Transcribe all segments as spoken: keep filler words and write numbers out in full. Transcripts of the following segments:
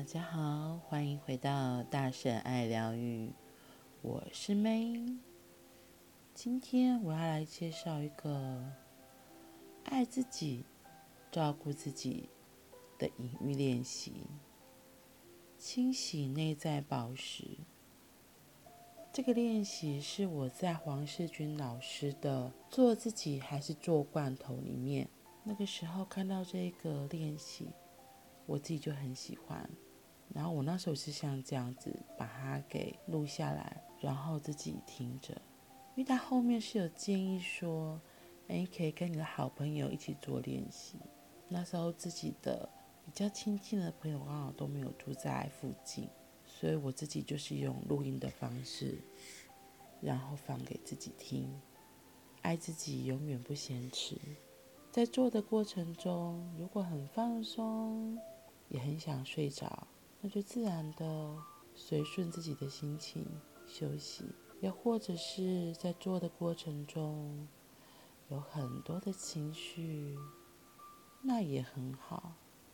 家好，欢迎回到大神爱疗愈，我是 May。今天我要来介绍一个爱自己、照顾自己的隐喻练习——清洗内在宝石。这个练习是我在黄世军老师的《做自己还是做罐头》里面，那个时候看到这个练习，我自己就很喜欢。然后我那时候是像这样子把它给录下来，然后自己听着，因为他后面是有建议说，哎，可以跟你的好朋友一起做练习。那时候自己的比较亲近的朋友刚好都没有住在附近，所以我自己就是用录音的方式，然后放给自己听。爱自己永远不嫌迟。在做的过程中，如果很放松，也很想睡着，那就自然的随顺自己的心情休息。又或者是在做的过程中有很多的情绪，那也很好，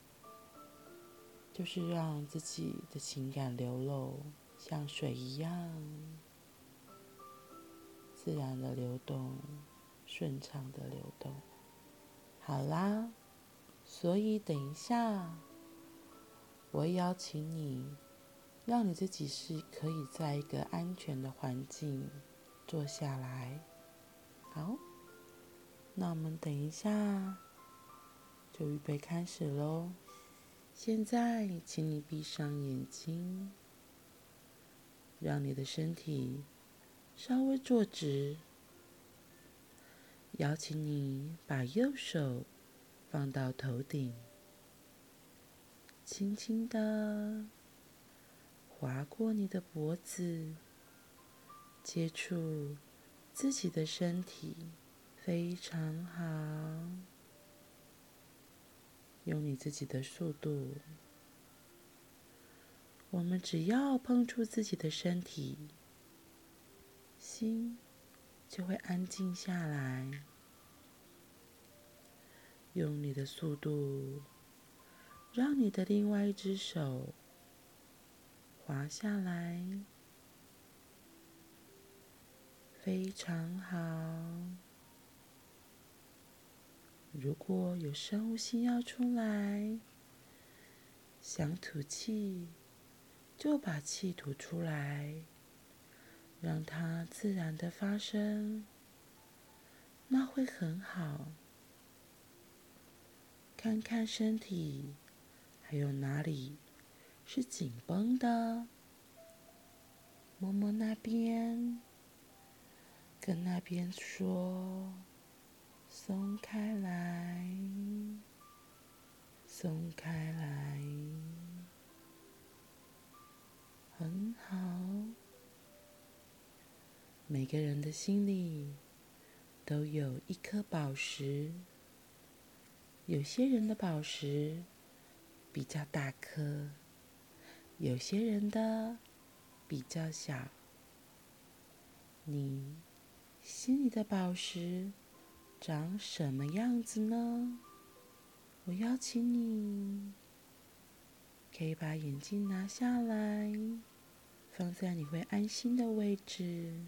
就是让自己的情感流露，像水一样自然的流动，顺畅的流动。好啦，所以等一下我会邀请你，让你自己是可以在一个安全的环境坐下来。好，那我们等一下就预备开始咯。现在请你闭上眼睛，让你的身体稍微坐直。邀请你把右手放到头顶，轻轻地划过你的脖子，接触自己的身体，非常好。用你自己的速度，我们只要碰触自己的身体，心就会安静下来。用你的速度，让你的另外一只手滑下来，非常好。如果有深呼吸要出来，想吐气，就把气吐出来，让它自然的发生，那会很好。看看身体还有哪里是紧绷的，摸摸那边，跟那边说松开来，松开来，很好。每个人的心里都有一颗宝石，有些人的宝石比较大颗，有些人的比较小。你心里的宝石长什么样子呢？我邀请你可以把眼镜拿下来，放在你会安心的位置。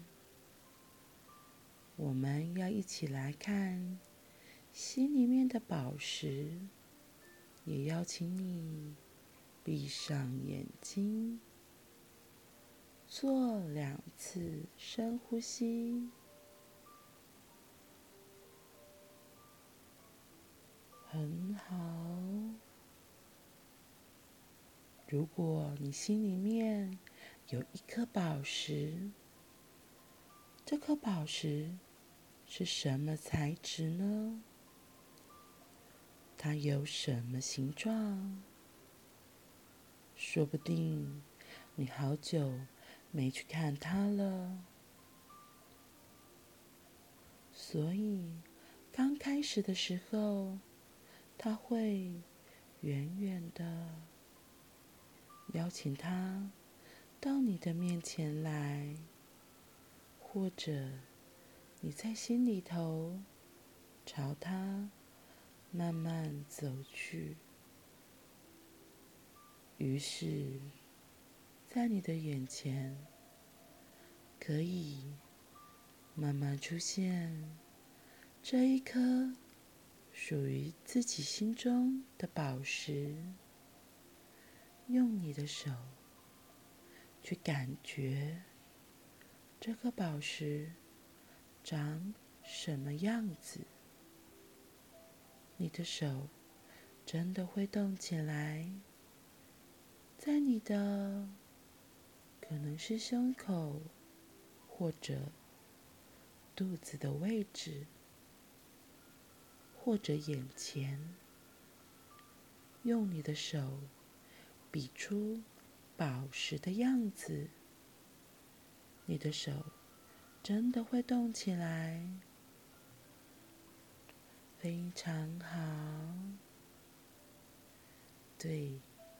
我们要一起来看心里面的宝石，也邀请你闭上眼睛，做两次深呼吸。很好。如果你心里面有一颗宝石，这颗宝石是什么材质呢？它有什么形状？说不定你好久没去看它了，所以刚开始的时候，它会远远的邀请它到你的面前来，或者你在心里头朝它慢慢走去。 于是，在你的眼前，可以慢慢出现这一颗属于自己心中的宝石。用你的手去感觉这颗宝石长什么样子。你的手真的会动起来，在你的可能是胸口或者肚子的位置，或者眼前，用你的手比出宝石的样子。你的手真的会动起来，非常好。对，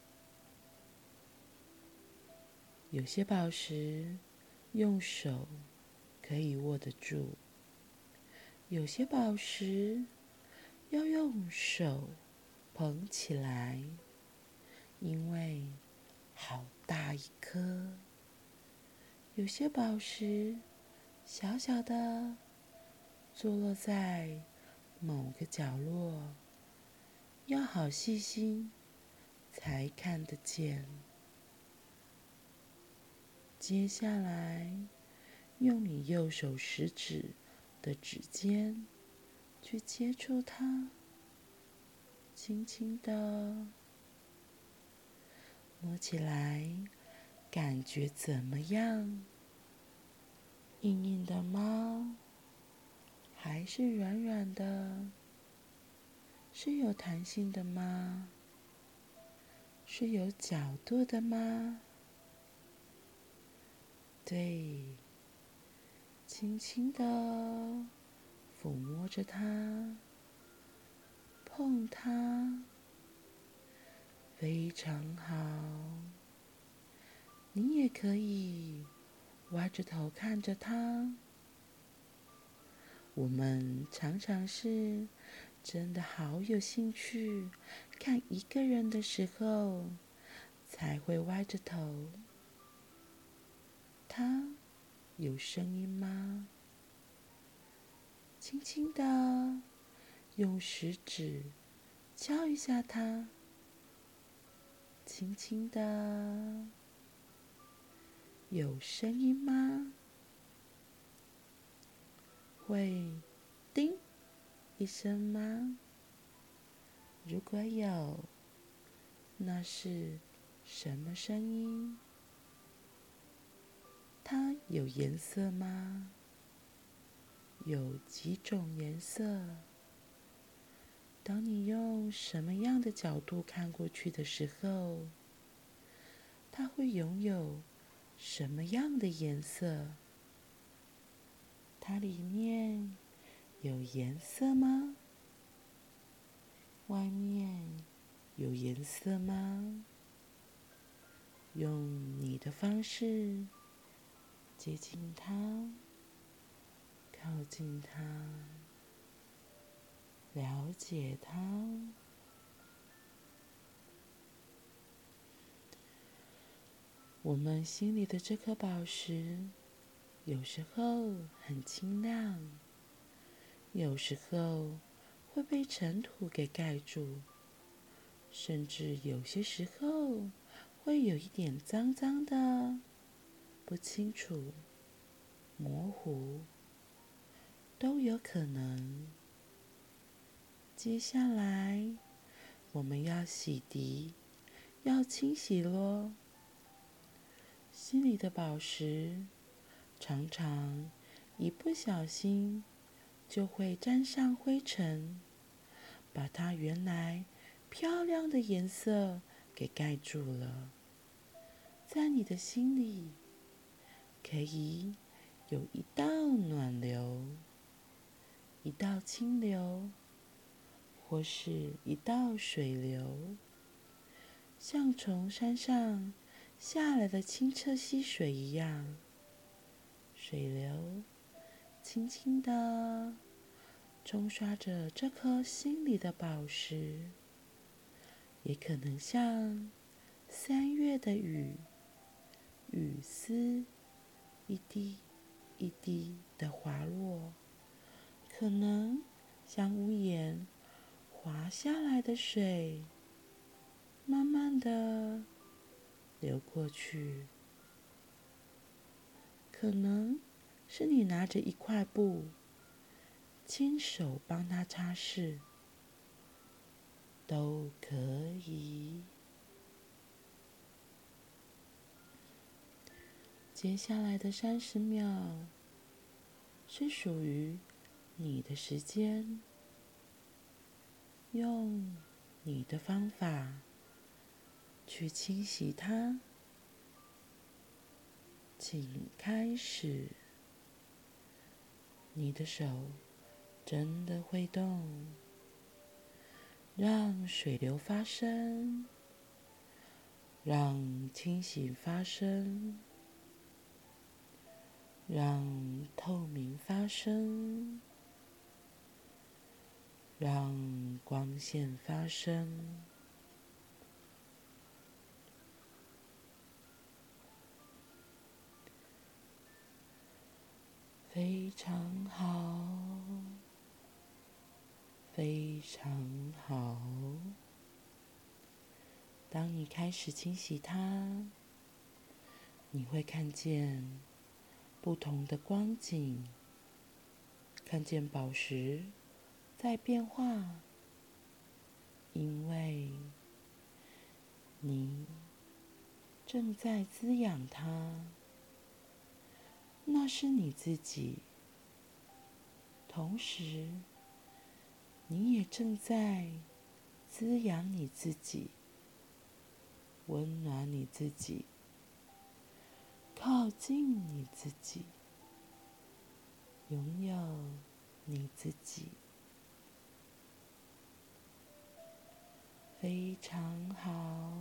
有些宝石用手可以握得住，有些宝石要用手捧起来，因为好大一颗。有些宝石小小的坐落在某个角落，要好细心才看得见。接下来，用你右手食指的指尖去接触它，轻轻的摸起来，感觉怎么样？硬硬的吗？还是软软的？是有弹性的吗？是有角度的吗？对，轻轻的抚摸着它，碰它，非常好。你也可以歪着头看着它。我们常常是真的好有兴趣看一个人的时候，才会歪着头。它有声音吗？轻轻的用食指敲一下它，轻轻的，有声音吗？会叮一声吗？如果有，那是什么声音？它有颜色吗？有几种颜色？当你用什么样的角度看过去的时候，它会拥有什么样的颜色？它里面有颜色吗？外面有颜色吗？用你的方式接近它，靠近它，了解它。我们心里的这颗宝石，有时候很清亮，有时候会被尘土给盖住，甚至有些时候会有一点脏脏的，不清楚、模糊，都有可能。接下来我们要洗涤，要清洗咯。心里的宝石常常一不小心就会沾上灰尘，把它原来漂亮的颜色给盖住了。在你的心里，可以有一道暖流，一道清流，或是一道水流，像从山上下来的清澈溪水一样。水流轻轻地冲刷着这颗心里的宝石，也可能像三月的雨，雨丝一滴一滴的滑落，可能像屋檐滑下来的水，慢慢的流过去。可能是你拿着一块布，亲手帮它擦拭，都可以。接下来的三十秒是属于你的时间，用你的方法去清洗它。请开始。你的手真的会动，让水流发生，让清洗发生，让透明发生，让光线发生。非常好，非常好。当你开始清洗它，你会看见不同的光景，看见宝石在变化，因为你正在滋养它。那是你自己，同时你也正在滋养你自己，温暖你自己，靠近你自己，拥有你自己。非常好，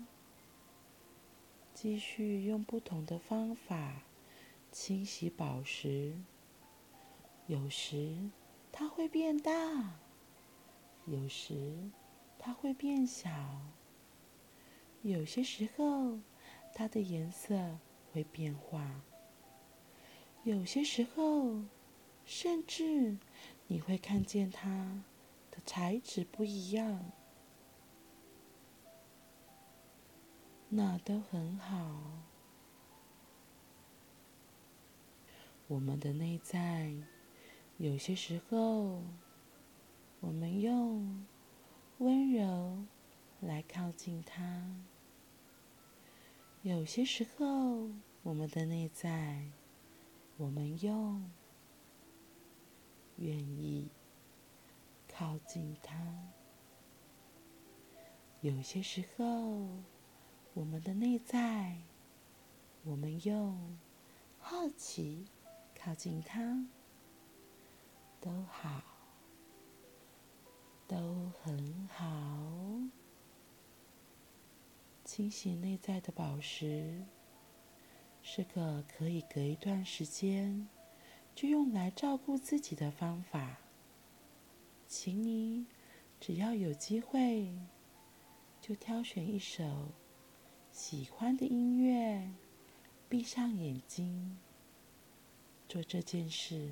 继续用不同的方法清洗宝石。有时它会变大，有时它会变小，有些时候它的颜色会变化，有些时候甚至你会看见它的材质不一样，那都很好。我们的内在有些时候我们用温柔来靠近它，有些时候我们的内在我们用愿意靠近它，有些时候我们的内在我们用好奇靠近它，都好，都很好。清洗内在的宝石是个可以隔一段时间就用来照顾自己的方法。请你只要有机会，就挑选一首喜欢的音乐，闭上眼睛，做这件事。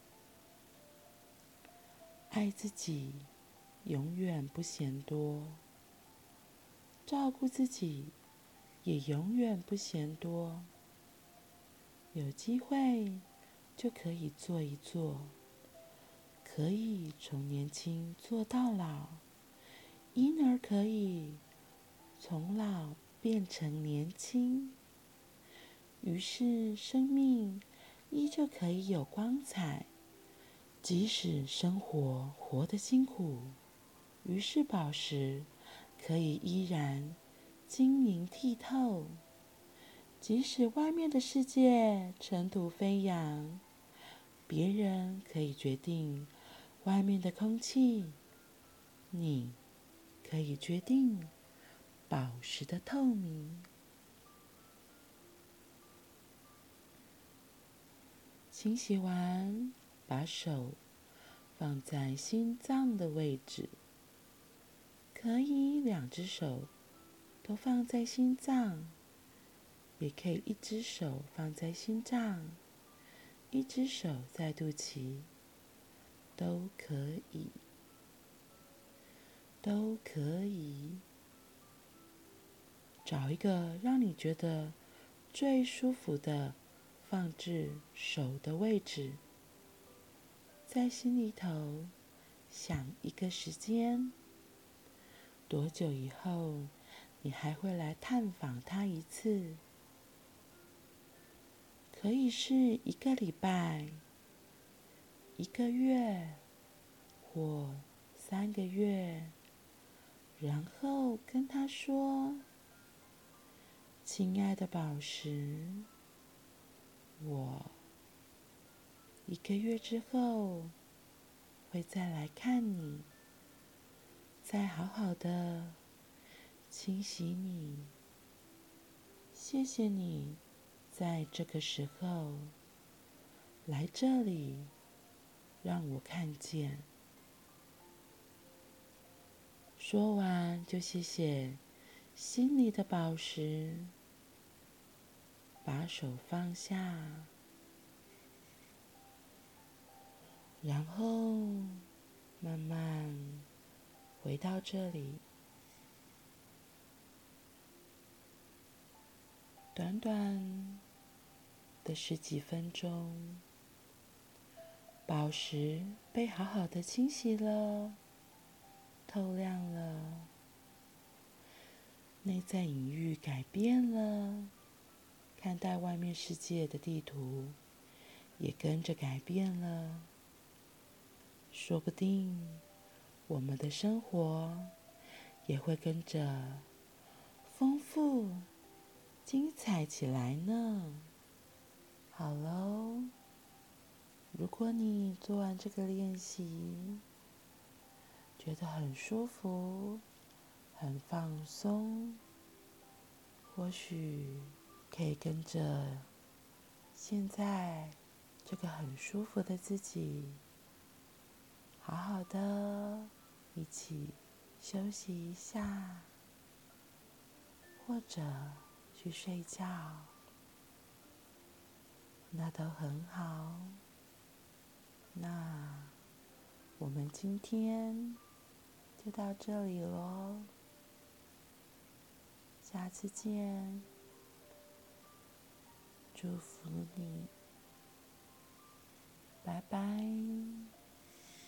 爱自己永远不嫌多，照顾自己也永远不嫌多。有机会就可以做一做，可以从年轻做到老，因而可以从老变成年轻。于是生命依旧可以有光彩，即使生活活得辛苦，于是宝石可以依然晶莹剔透。即使外面的世界尘土飞扬，别人可以决定外面的空气，你可以决定宝石的透明。清洗完，把手放在心脏的位置，可以两只手都放在心脏，也可以一只手放在心脏，一只手在肚脐，都可以，都可以。找一个让你觉得最舒服的放置手的位置，在心里头想一个时间，多久以后你还会来探访它一次？可以是一个礼拜、一个月或三个月，然后跟他说：亲爱的宝石，我一个月之后会再来看你，再好好的清洗你。谢谢你在这个时候来这里，让我看见。说完就谢谢心里的宝石，把手放下，然后慢慢回到这里。短短的十几分钟，宝石被好好的清洗了，透亮了，内在隐喻改变了，看待外面世界的地图也跟着改变了。说不定我们的生活也会跟着丰富、精彩起来呢。好喽，如果你做完这个练习，觉得很舒服、很放松，或许可以跟着现在这个很舒服的自己，好好的一起休息一下，或者去睡觉，那都很好。那我们今天就到这里咯，下次见，祝福你，拜拜。